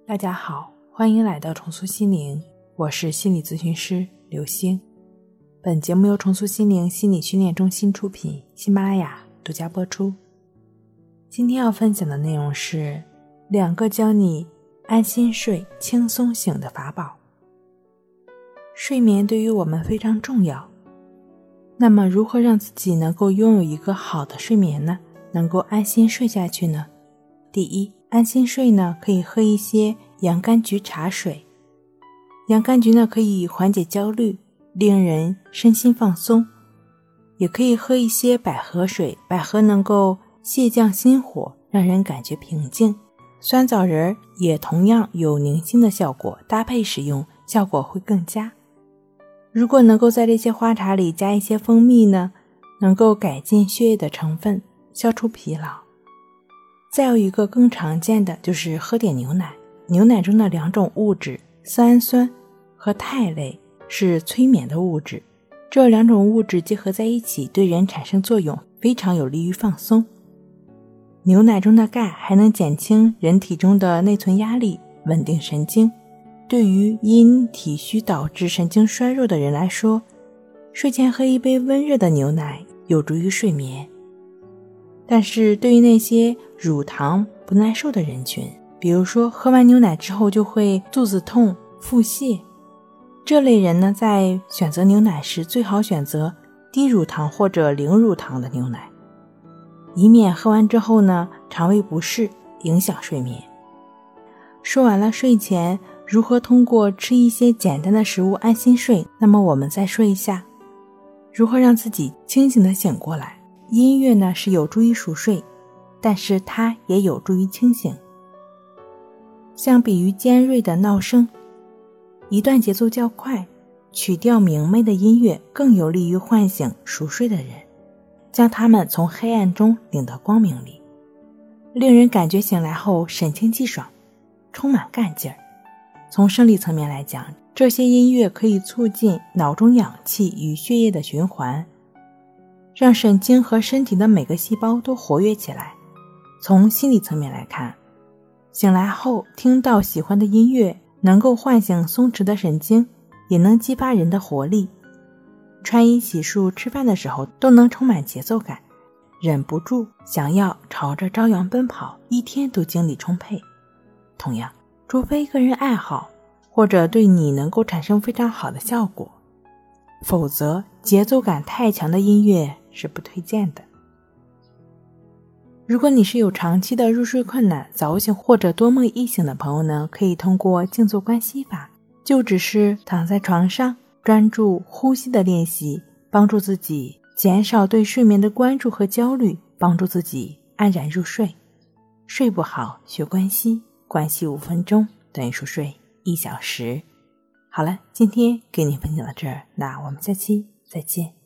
大家好，欢迎来到重塑心灵，我是心理咨询师刘星。本节目由重塑心灵心理训练中心出品，喜马拉雅独家播出。今天要分享的内容是2个教你安心睡、轻松醒的法宝。睡眠对于我们非常重要，那么如何让自己能够拥有一个好的睡眠呢？能够安心睡下去呢？第一，安心睡呢，可以喝一些洋甘菊茶水。洋甘菊呢，可以缓解焦虑，令人身心放松。也可以喝一些百合水，百合能够泻降心火，让人感觉平静。酸枣仁也同样有宁心的效果，搭配使用效果会更佳。如果能够在这些花茶里加一些蜂蜜呢，能够改进血液的成分，消除疲劳。再有一个更常见的就是喝点牛奶，牛奶中的2种物质色氨酸和肽类是催眠的物质，这2种物质结合在一起对人产生作用，非常有利于放松。牛奶中的钙还能减轻人体中的内存压力，稳定神经。对于因体虚导致神经衰弱的人来说，睡前喝一杯温热的牛奶有助于睡眠。但是对于那些乳糖不耐受的人群，比如说喝完牛奶之后就会肚子痛、腹泻，这类人呢，在选择牛奶时最好选择低乳糖或者零乳糖的牛奶，以免喝完之后呢，肠胃不适，影响睡眠。说完了睡前如何通过吃一些简单的食物安心睡，那么我们再说一下如何让自己清醒地醒过来。音乐呢，是有助于熟睡，但是它也有助于清醒。相比于尖锐的闹声，一段节奏较快、曲调明媚的音乐更有利于唤醒熟睡的人，将他们从黑暗中领到光明里，令人感觉醒来后神清气爽，充满干劲儿。从生理层面来讲，这些音乐可以促进脑中氧气与血液的循环，让神经和身体的每个细胞都活跃起来。从心理层面来看，醒来后听到喜欢的音乐，能够唤醒松弛的神经，也能激发人的活力。穿衣洗漱、吃饭的时候都能充满节奏感，忍不住想要朝着朝阳奔跑，一天都精力充沛。同样，除非个人爱好或者对你能够产生非常好的效果，否则节奏感太强的音乐是不推荐的。如果你是有长期的入睡困难、早醒或者多梦易醒的朋友呢，可以通过静坐观息法，就只是躺在床上专注呼吸的练习，帮助自己减少对睡眠的关注和焦虑，帮助自己安然入睡。睡不好学观息，观息5分钟等于熟睡1小时。好了，今天给你分享到这儿，那我们下期再见。